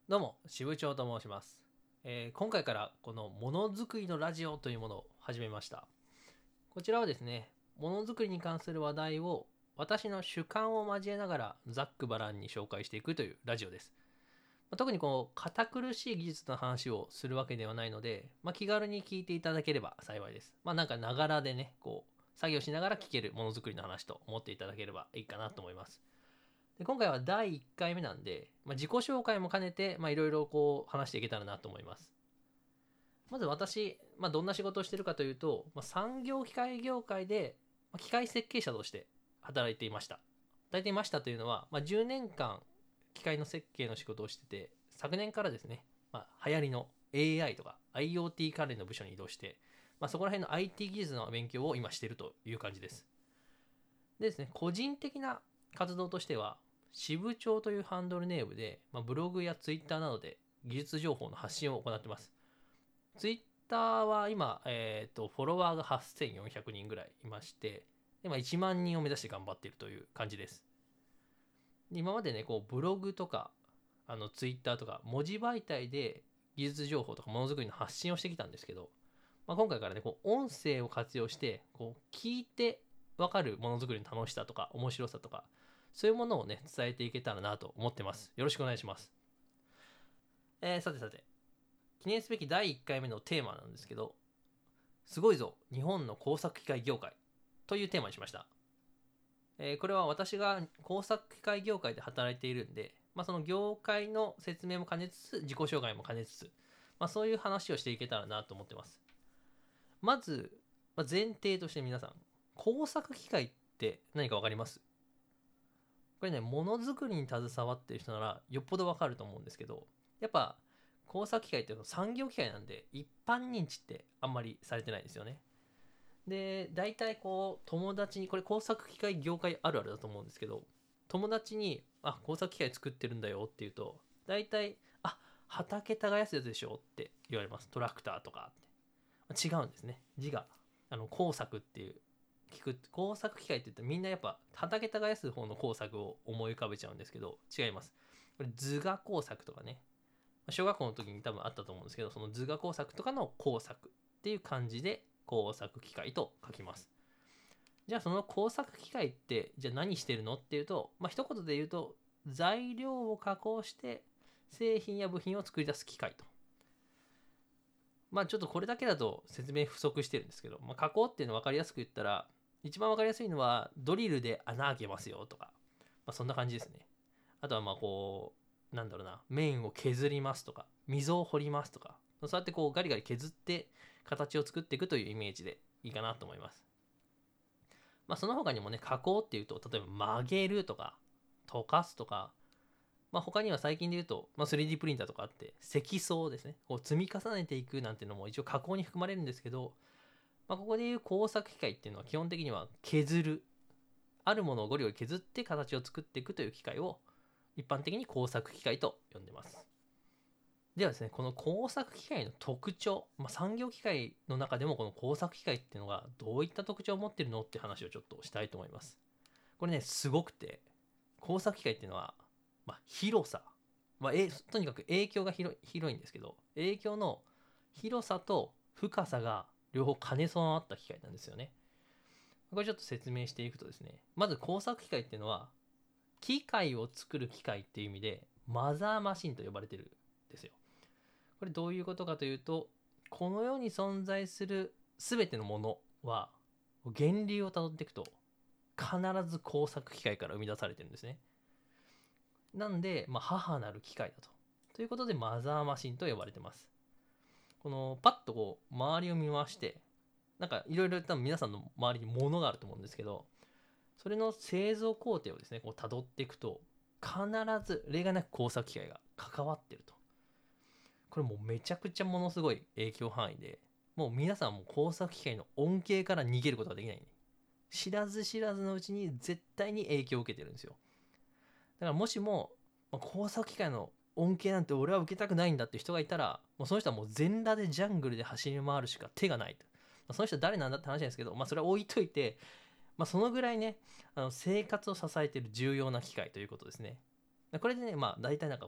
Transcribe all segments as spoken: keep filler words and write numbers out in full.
どうも、支部長と申します。えー今回からこのものづくりのラジオというものを始めました。こちらはですね、ものづくりに関する話題を私の主観を交えながらざっくばらんに紹介していくというラジオです。まあ特にこう堅苦しい技術の話をするわけではないので、まあ、気軽に聞いていただければ幸いです。まあなんかながらでね、こう作業しながら聞けるものづくりの話と思っていただければいいかなと思います。で今回はだいいっかいめなんで、まあ、自己紹介も兼ねていろいろこう話していけたらなと思います。まず私、まあ、どんな仕事をしているかというと、まあ、産業機械業界で、まあ、機械設計者として働いていました。働いていましたというのは、まあ、じゅうねんかん機械の設計の仕事をしてて、昨年からですね、まあ、流行りの エーアイ とか IoT 関連の部署に移動して、まあ、そこら辺の アイティー 技術の勉強を今しているという感じです。でですね、個人的な活動としては、支部長というハンドルネームで、まあ、ブログやツイッターなどで技術情報の発信を行っています。ツイッターは今、えーと、フォロワーがはっせんよんひゃくにんぐらいいまして、今いちまんにんを目指して頑張っているという感じです。今までね、こうブログとか、あのツイッターとか文字媒体で技術情報とかものづくりの発信をしてきたんですけど、まあ、今回からね、こう音声を活用して、こう聞いて分かるものづくりの楽しさとか面白さとか、そういうものをね、伝えていけたらなと思ってます。よろしくお願いします。えー、さてさて、記念すべきだいいっかいめのテーマなんですけど、すごいぞ、日本の工作機械業界というテーマにしました。えーこれは私が工作機械業界で働いているんで、まあ、その業界の説明も兼ねつつ、自己紹介も兼ねつつ、まあ、そういう話をしていけたらなと思ってます。まず、まあ、前提として皆さん、工作機械って何か分かります？これね、ものづくりに携わってる人ならよっぽど分かると思うんですけど、やっぱ工作機械っていうのは産業機械なんで一般認知ってあんまりされてないですよね。で、大体こう友達に、これ工作機械業界あるあるだと思うんですけど、友達にあ工作機械作ってるんだよって言うと、大体あ畑耕すやつでしょって言われます。トラクターとかって。違うんですね、字が。あの工作っていう、聞く工作機械って言ってみんなやっぱ畑耕す方の工作を思い浮かべちゃうんですけど、違います。これ図画工作とかね、小学校の時に多分あったと思うんですけど、その図画工作とかの工作っていう漢字で工作機械と書きます。じゃあその工作機械ってじゃあ何してるのっていうと、まあ一言で言うと、材料を加工して製品や部品を作り出す機械と。まあちょっとこれだけだと説明不足してるんですけど、まあ、加工っていうの分かりやすく言ったら、一番分かりやすいのはドリルで穴開けますよとか、まあ、そんな感じですね。あとはまあこうなんだろうな、面を削りますとか溝を掘りますとか、そうやってこうガリガリ削って形を作っていくというイメージでいいかなと思います。まあその他にもね、加工っていうと例えば曲げるとか溶かすとか、まあ、他には最近で言うと、まあ、スリーディー プリンターとかあって積層ですね、こう積み重ねていくなんていうのも一応加工に含まれるんですけど、まあ、ここでいう工作機械っていうのは基本的には削る、あるものをゴリゴリ削って形を作っていくという機械を一般的に工作機械と呼んでます。ではですね、この工作機械の特徴、まあ、産業機械の中でもこの工作機械っていうのがどういった特徴を持ってるのって話をちょっとしたいと思います。これね、すごくて、工作機械っていうのは、まあ、広さ、まあ、えとにかく影響が広い広いんですけど、影響の広さと深さが両方兼ね備わった機械なんですよね。これちょっと説明していくとですね、まず工作機械っていうのは機械を作る機械っていう意味でマザーマシンと呼ばれてるんですよ。これどういうことかというと、この世に存在する全てのものは源流をたどっていくと必ず工作機械から生み出されてるんですね。なんで、まあ、母なる機械だと。ということでマザーマシンと呼ばれてます。このパッとこう周りを見回して、なんかいろいろ多分皆さんの周りに物があると思うんですけど、それの製造工程をですねこう辿っていくと、必ず例外なく工作機械が関わってると。これもうめちゃくちゃものすごい影響範囲で、もう皆さんも工作機械の恩恵から逃げることができない。知らず知らずのうちに絶対に影響を受けてるんですよ。だからもしも、まあ、工作機械の恩恵なんて俺は受けたくないんだっていう人がいたら、もうその人はもう全裸でジャングルで走り回るしか手がないと。まあ、その人は誰なんだって話なんですけど、まあ、それは置いといて、まあ、そのぐらいね、あの生活を支えている重要な機械ということですね。これでね、まあ大体なんかこ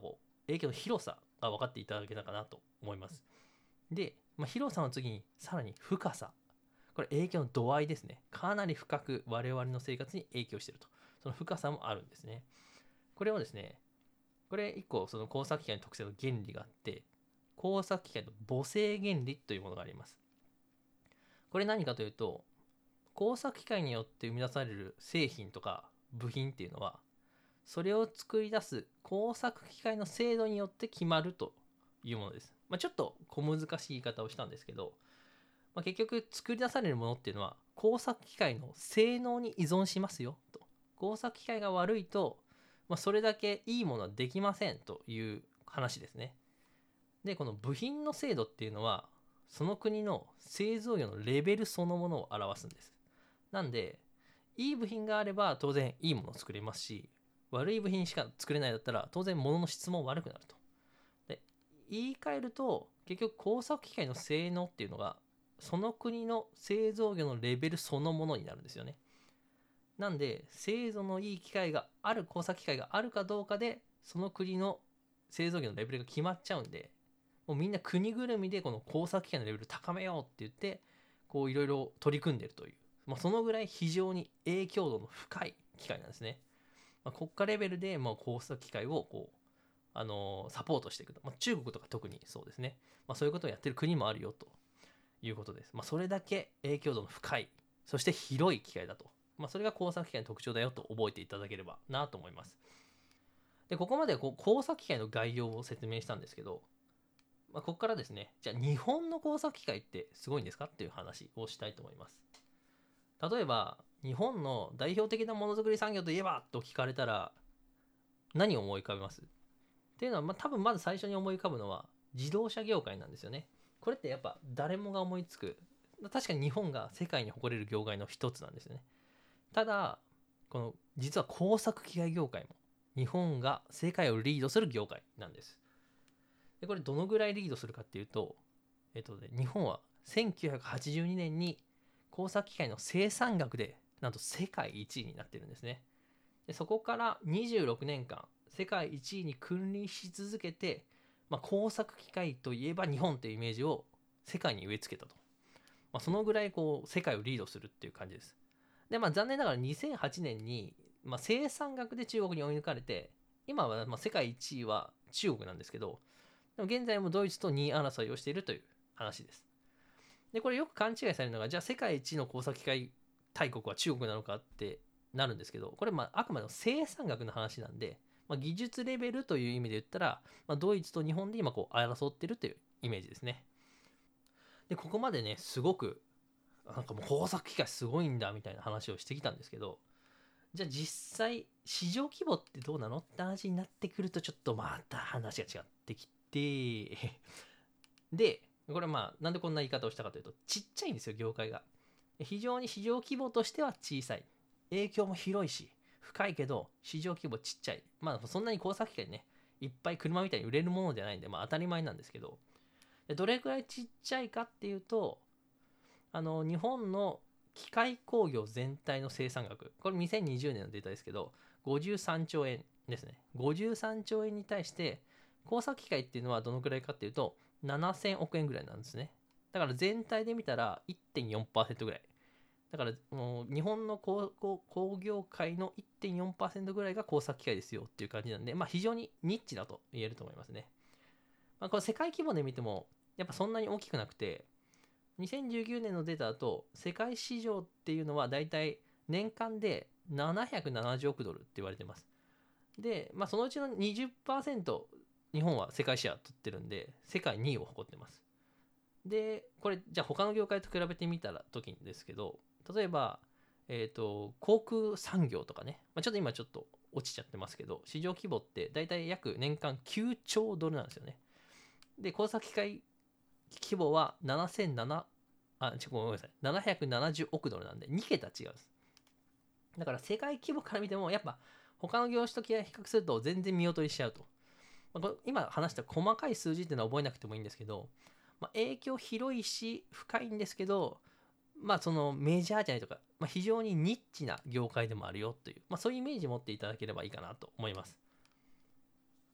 影響の広さが分かっていただけたかなと思います。で、まあ、広さの次にさらに深さ。これ影響の度合いですね。かなり深く我々の生活に影響していると。その深さもあるんですね。これをですね、これ一個その工作機械の特性の原理があって、工作機械の母性原理というものがあります。これ何かというと、工作機械によって生み出される製品とか部品っていうのは、それを作り出す工作機械の精度によって決まるというものです。まあ、ちょっと小難しい言い方をしたんですけど、まあ、結局作り出されるものっていうのは工作機械の性能に依存しますよと。工作機械が悪いと、まあ、それだけいいものはできませんという話ですね。で、この部品の精度っていうのは、その国の製造業のレベルそのものを表すんです。なんで、いい部品があれば当然いいものを作れますし、悪い部品しか作れないだったら当然物の質も悪くなると。で、言い換えると、結局工作機械の性能っていうのが、その国の製造業のレベルそのものになるんですよね。なんで、精度のいい機械がある工作機械があるかどうかで、その国の製造業のレベルが決まっちゃうんで、もうみんな国ぐるみでこの工作機械のレベル高めようって言って、こういろいろ取り組んでるという、まあ、そのぐらい非常に影響度の深い機械なんですね。まあ、国家レベルでまあ工作機械をこう、あのーサポートしていくと、まあ、中国とか特にそうですね、まあ、そういうことをやってる国もあるよということです。まあ、それだけ影響度の深い、そして広い機械だと、まあ、それが工作機械の特徴だよと覚えていただければなと思います。で、ここまでこう工作機械の概要を説明したんですけど、まあ、ここからですね、じゃあ日本の工作機械ってすごいんですかっていう話をしたいと思います。例えば、日本の代表的なものづくり産業といえばと聞かれたら、何を思い浮かべます？っていうのは、まあ、多分まず最初に思い浮かぶのは自動車業界なんですよね。これってやっぱ誰もが思いつく、確かに日本が世界に誇れる業界の一つなんですよね。ただ、この実は工作機械業界も日本が世界をリードする業界なんです。で、これどのぐらいリードするかっていうと、えっとね、日本はせんきゅうひゃくはちじゅうにねんに工作機械の生産額でなんと世界いちいになってるんですね。で、そこからにじゅうろくねんかん世界いちいに君臨し続けて、まあ、工作機械といえば日本というイメージを世界に植え付けたと、まあ、そのぐらいこう世界をリードするっていう感じです。で、まあ、残念ながらにせんはちねんに、まあ、生産額で中国に追い抜かれて、今はまあ世界いちいは中国なんですけど、でも現在もドイツとにい争いをしているという話です。で、これよく勘違いされるのが、じゃあ世界一の工作機械大国は中国なのかってなるんですけど、これまああくまでも生産額の話なんで、まあ、技術レベルという意味で言ったら、まあ、ドイツと日本で今こう争ってるというイメージですね。で、ここまでね、すごく、なんかもう工作機械すごいんだみたいな話をしてきたんですけど、じゃあ実際市場規模ってどうなのって話になってくると、ちょっとまた話が違ってきてで、これまあなんでこんな言い方をしたかというと、ちっちゃいんですよ、業界が。非常に市場規模としては小さい、影響も広いし深いけど市場規模ちっちゃい。まあそんなに工作機械ねいっぱい車みたいに売れるものじゃないんで、まあ当たり前なんですけど、どれくらいちっちゃいかっていうと、あの日本の機械工業全体の生産額、これにせんにじゅうねんのデータですけどごじゅうさんちょうえんですね。ごじゅうさんちょうえんに対して工作機械っていうのはどのくらいかっていうとななせんおくえんぐらいなんですね。だから全体で見たら いってんよんパーセント ぐらい。だからもう日本の工工業界の いってんよんパーセント ぐらいが工作機械ですよっていう感じなんで、まあ、非常にニッチだと言えると思いますね。まあ、これ世界規模で見てもやっぱそんなに大きくなくて、にせんじゅうきゅうねんのデータだと世界市場っていうのはだいたい年間でななひゃくななじゅうおくドルって言われてます。で、まあ、そのうちの にじゅっパーセント 日本は世界シェア取ってるんで世界にいを誇ってます。で、これじゃあ他の業界と比べてみたら時にですけど、例えば、えーと、航空産業とかね、まあ、ちょっと今ちょっと落ちちゃってますけど、市場規模ってだいたい約年間きゅうちょうドルなんですよね。で、工作機械規模はななせんなな、あ、ちょごめんなさい、ななひゃくななじゅうおくドルなんでにけた違うんです。だから世界規模から見てもやっぱ他の業種と比較すると全然見劣りしちゃうと。まあ、今話した細かい数字っていうのは覚えなくてもいいんですけど、まあ、影響広いし深いんですけど、まあそのメジャーじゃないとか、まあ、非常にニッチな業界でもあるよという、まあ、そういうイメージを持っていただければいいかなと思います。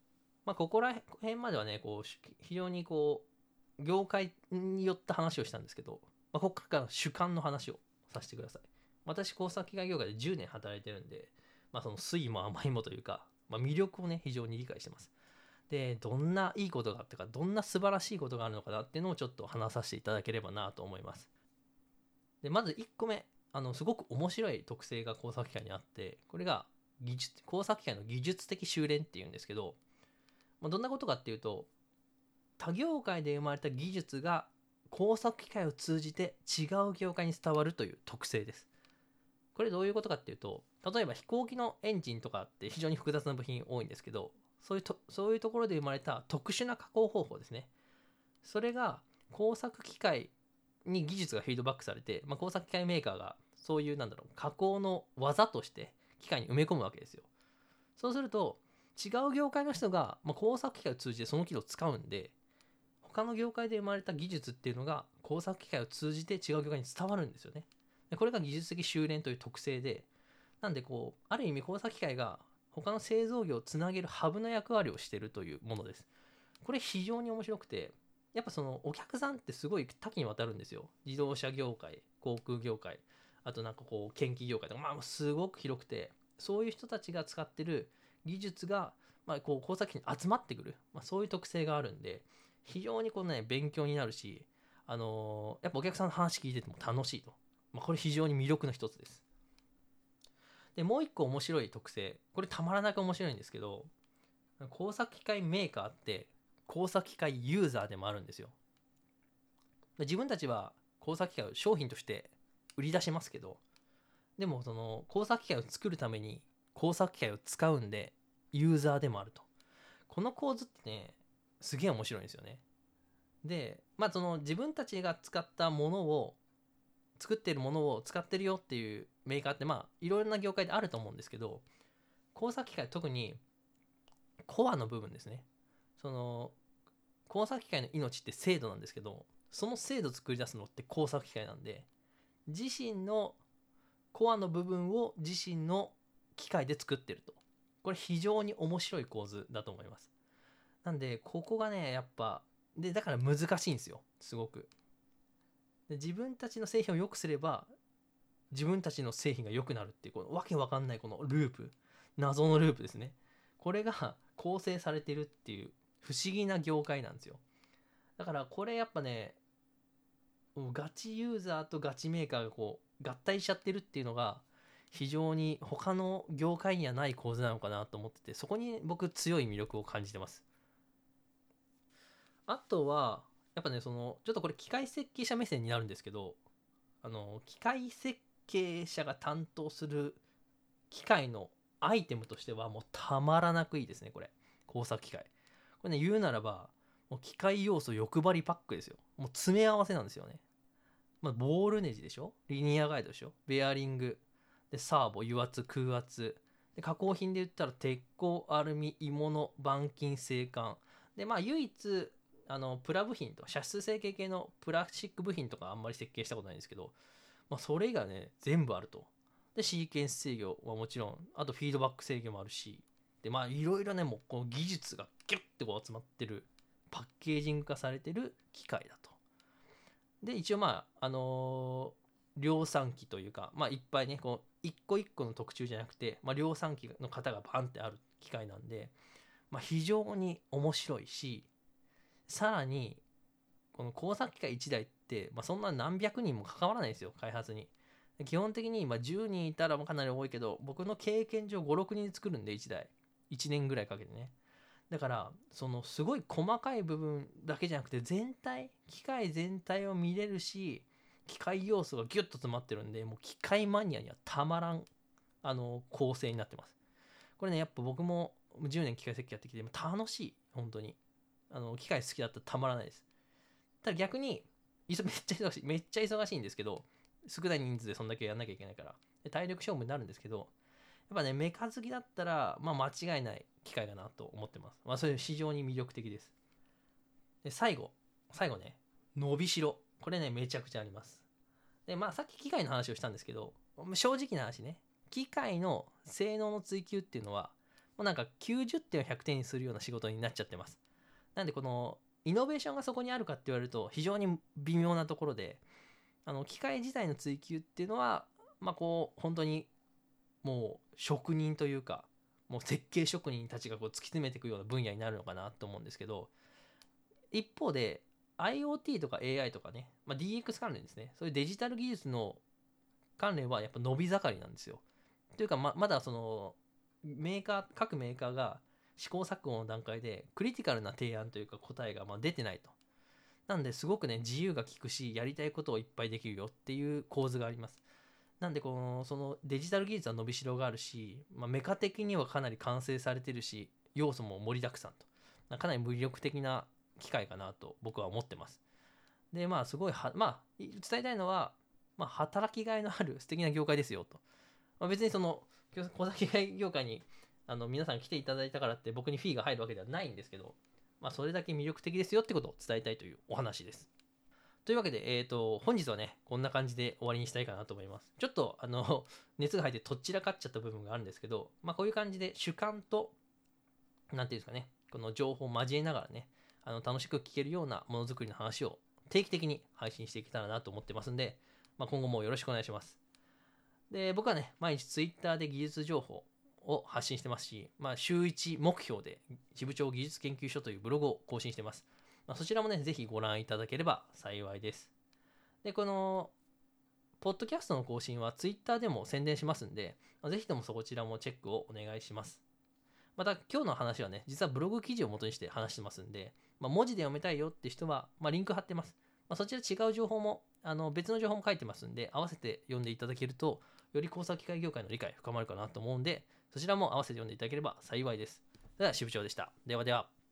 まあここら辺まではねこう非常にこう業界によった話をしたんですけど、まあ、ここから主観の話をさせてください。私工作機械業界でじゅうねん働いてるんで、まあ、その酸いも甘いもというか、まあ、魅力をね非常に理解してます。でどんないいことがあったか、どんな素晴らしいことがあるのかなっていうのをちょっと話させていただければなと思います。でまずいっこめ、あのすごく面白い特性が工作機械にあって、これが技術工作機械の技術的修練っていうんですけど、まあ、どんなことかっていうと、他業界で生まれた技術が工作機械を通じて違う業界に伝わるという特性です。これどういうことかっていうと、例えば飛行機のエンジンとかって非常に複雑な部品多いんですけど、そういうとそういうところで生まれた特殊な加工方法ですね。それが工作機械に技術がフィードバックされて、まあ、工作機械メーカーがそういうなんだろう加工の技として機械に埋め込むわけですよ。そうすると違う業界の人が、まあ、工作機械を通じてその機能を使うんで、他の業界で生まれた技術っていうのが工作機械を通じて違う業界に伝わるんですよね。でこれが技術的修練という特性で、なんでこうある意味工作機械が他の製造業をつなげるハブの役割をしているというものです。これ非常に面白くて、やっぱそのお客さんってすごい多岐にわたるんですよ。自動車業界、航空業界、あとなんかこう研究業界とか、まあすごく広くて、そういう人たちが使ってる技術が、まあ、こう工作機に集まってくる、まあ、そういう特性があるんで、非常にこうね勉強になるし、あのーやっぱお客さんの話聞いてても楽しいと、まあ、これ非常に魅力の一つです。でもう一個面白い特性、これたまらなく面白いんですけど、工作機械メーカーって工作機械ユーザーでもあるんですよ。自分たちは工作機械を商品として売り出しますけど、でもその工作機械を作るために工作機械を使うんでユーザーでもあると。この構図ってねすげえ面白いんですよね。でまあその自分たちが使ったものを作っているものを使ってるよっていうメーカーってまあいろいろな業界であると思うんですけど、工作機械特にコアの部分ですね。その工作機械の命って精度なんですけど、その精度を作り出すのって工作機械なんで、自身のコアの部分を自身の機械で作ってると。これ非常に面白い構図だと思います。なんでここがねやっぱでだから難しいんですよ、すごく。で自分たちの製品を良くすれば自分たちの製品が良くなるっていう、このわけわかんないこのループ、謎のループですね。これが構成されてるっていう不思議な業界なんですよ。だからこれやっぱね、ガチユーザーとガチメーカーがこう合体しちゃってるっていうのが非常に他の業界にはない構図なのかなと思ってて、そこに僕強い魅力を感じてます。あとはやっぱね、そのちょっとこれ機械設計者目線になるんですけど、あの機械設計者が担当する機械のアイテムとしてはもうたまらなくいいですね。これ工作機械、これね言うならばもう機械要素欲張りパックですよ。もう詰め合わせなんですよね。まあ、ボールネジでしょ、リニアガイドでしょ、ベアリングでサーボ、油圧、空圧で、加工品で言ったら鉄鋼、アルミ、鋳物、板金、製管で、まあ唯一あのプラ部品とか射出成形系のプラスチック部品とかあんまり設計したことないんですけど、まあ、それがね全部あると。でシーケンス制御はもちろん、あとフィードバック制御もあるし、でまあいろいろねもうこの技術がギュッてこう集まってるパッケージング化されてる機械だと。で一応まああのー量産機というか、まあいっぱいねこう一個一個の特注じゃなくて、まあ、量産機の型がバンってある機械なんで、まあ、非常に面白いし、さらにこの工作機械いちだいって、まあ、そんな何百人も関わらないんですよ開発に。基本的にまあじゅうにんいたらかなり多いけど、僕の経験上ごろくにんで作るんでいちだいいちねんぐらいかけてね。だからそのすごい細かい部分だけじゃなくて全体、機械全体を見れるし、機械要素がギュッと詰まってるんで、もう機械マニアにはたまらんあの構成になってます。これねやっぱ僕もじゅうねん機械設計やってきて楽しい。本当にあの機械好きだったらたまらないです。ただ逆にめっちゃ忙しいめっちゃ忙しいんですけど、少ない人数でそんだけやんなきゃいけないからで体力勝負になるんですけど、やっぱねメカ好きだったらまあ間違いない機械かなと思ってます。まあそれ非常に魅力的です。で最後最後ね、伸びしろ、これねめちゃくちゃあります。でまあさっき機械の話をしたんですけど、正直な話ね、機械の性能の追求っていうのはもうなんかきゅうじゅってんをひゃくてんにするような仕事になっちゃってます。なんでこのイノベーションがそこにあるかって言われると非常に微妙なところで、あの機械自体の追求っていうのはまあこう本当にもう職人というか、もう設計職人たちがこう突き詰めていくような分野になるのかなと思うんですけど、一方で IoT とか エーアイ とかね、まあ、ディーエックス 関連ですね、そういうデジタル技術の関連はやっぱ伸び盛りなんですよ。というか ま, まだそのメーカー各メーカーが試行錯誤の段階でクリティカルな提案というか答えがまあ出てないと。なんですごくね自由が利くし、やりたいことをいっぱいできるよっていう構図があります。なんでこのそのデジタル技術は伸びしろがあるし、まあ、メカ的にはかなり完成されてるし、要素も盛りだくさんと、かなり魅力的な機会かなと僕は思ってます。でまあすごいはまあ伝えたいのは、まあ、働きがいのある素敵な業界ですよと。まあ、別にその小先会業界にあの皆さん来ていただいたからって僕にフィーが入るわけではないんですけど、まあ、それだけ魅力的ですよってことを伝えたいというお話です。というわけで、えーと、本日はね、こんな感じで終わりにしたいかなと思います。ちょっと、あの、熱が入ってとっちらかっちゃった部分があるんですけど、まあ、こういう感じで主観と、なんていうんですかね、この情報を交えながらね、あの楽しく聞けるようなものづくりの話を定期的に配信していけたらなと思ってますんで、まあ、今後もよろしくお願いします。で、僕はね、毎日 Twitter で技術情報を発信してますし、まあ、週いち目標で支部長技術研究所というブログを更新してます。まあ、そちらもね、ぜひご覧いただければ幸いです。で、この、ポッドキャストの更新は Twitter でも宣伝しますんで、まあ、ぜひともそこちらもチェックをお願いします。また、今日の話はね、実はブログ記事を元にして話してますんで、まあ、文字で読みたいよって人は、まあ、リンク貼ってます。まあ、そちら違う情報も、あの別の情報も書いてますんで、合わせて読んでいただけると、より工作機械業界の理解深まるかなと思うんで、そちらも合わせて読んでいただければ幸いです。では、支部長でした。ではでは。